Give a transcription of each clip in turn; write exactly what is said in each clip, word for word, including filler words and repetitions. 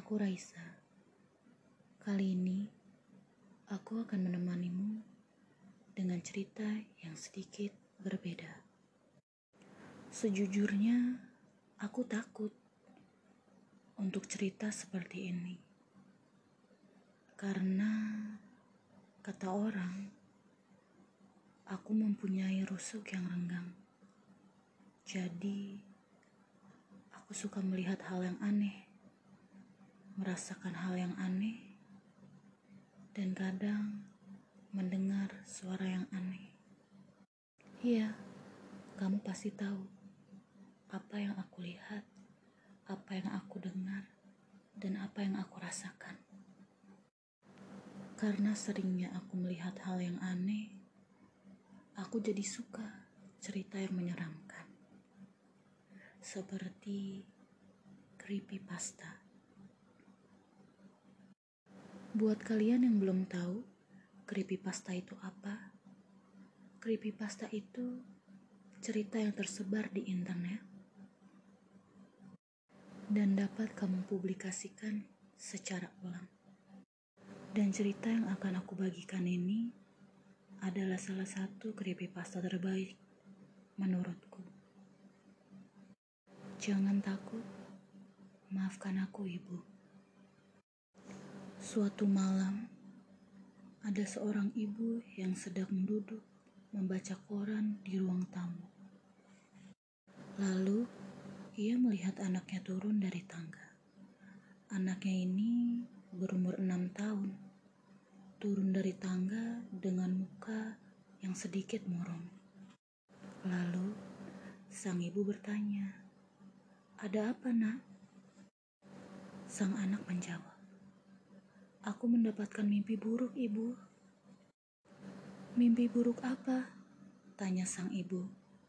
Aku Raisa. Kali ini aku akan menemanimu dengan cerita yang sedikit berbeda. Sejujurnya, aku takut untuk cerita seperti ini. Karena kata orang, aku mempunyai rusuk yang renggang. Jadi, aku suka melihat hal yang aneh, merasakan hal yang aneh, dan kadang mendengar suara yang aneh. Iya, kamu pasti tahu apa yang aku lihat, apa yang aku dengar, dan apa yang aku rasakan. Karena seringnya aku melihat hal yang aneh, aku jadi suka cerita yang menyeramkan. Seperti creepypasta. Buat kalian yang belum tahu, creepypasta itu apa? Creepypasta itu cerita yang tersebar di internet dan dapat kamu publikasikan secara ulang. Dan cerita yang akan aku bagikan ini adalah salah satu creepypasta terbaik menurutku. Jangan takut, maafkan aku ibu. Suatu malam, ada seorang ibu yang sedang duduk membaca koran di ruang tamu. Lalu, ia melihat anaknya turun dari tangga. Anaknya ini berumur enam tahun, turun dari tangga dengan muka yang sedikit murung. Lalu, sang ibu bertanya, "Ada apa, nak?" Sang anak menjawab, "Aku mendapatkan mimpi buruk, ibu." "Mimpi buruk apa?" tanya sang ibu.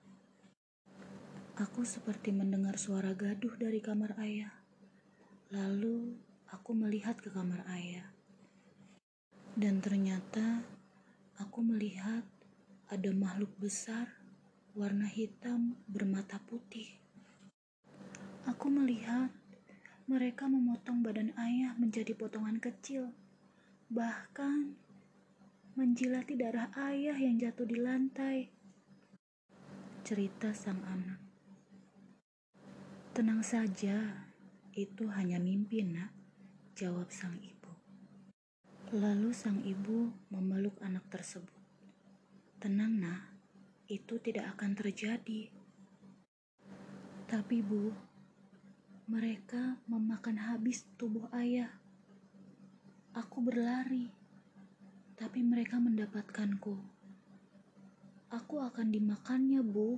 "Aku seperti mendengar suara gaduh dari kamar ayah. Lalu aku melihat ke kamar ayah. Dan ternyata aku melihat ada makhluk besar warna hitam bermata putih. Aku melihat mereka memotong badan ayah menjadi potongan kecil. Bahkan menjilati darah ayah yang jatuh di lantai." Cerita sang anak. "Tenang saja, itu hanya mimpi, nak," jawab sang ibu. Lalu sang ibu memeluk anak tersebut. "Tenang, nak, itu tidak akan terjadi." "Tapi bu, mereka memakan habis tubuh ayah. Aku berlari, tapi mereka mendapatkanku. Aku akan dimakannya, bu.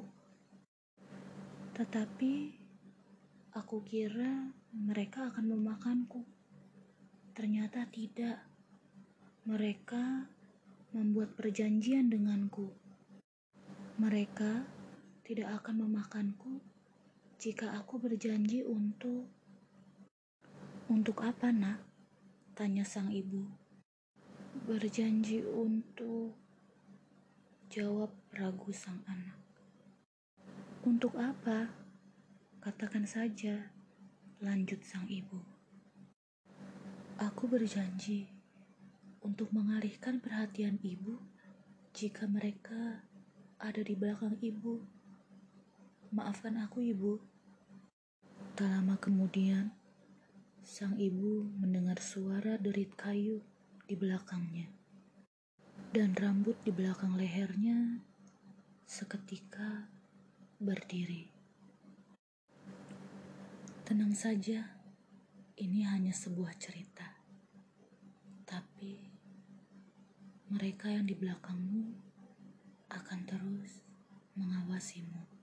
Tetapi aku kira mereka akan memakanku. Ternyata tidak. Mereka membuat perjanjian denganku. Mereka tidak akan memakanku jika aku berjanji untuk..." "Untuk apa, nak?" tanya sang ibu. "Berjanji untuk..." jawab ragu sang anak. "Untuk apa? Katakan saja," lanjut sang ibu. "Aku berjanji untuk mengalihkan perhatian ibu jika mereka ada di belakang ibu. Maafkan aku, ibu." Tak lama kemudian, sang ibu mendengar suara derit kayu di belakangnya. Dan rambut di belakang lehernya seketika berdiri. "Tenang saja, ini hanya sebuah cerita. Tapi mereka yang di belakangmu akan terus mengawasimu."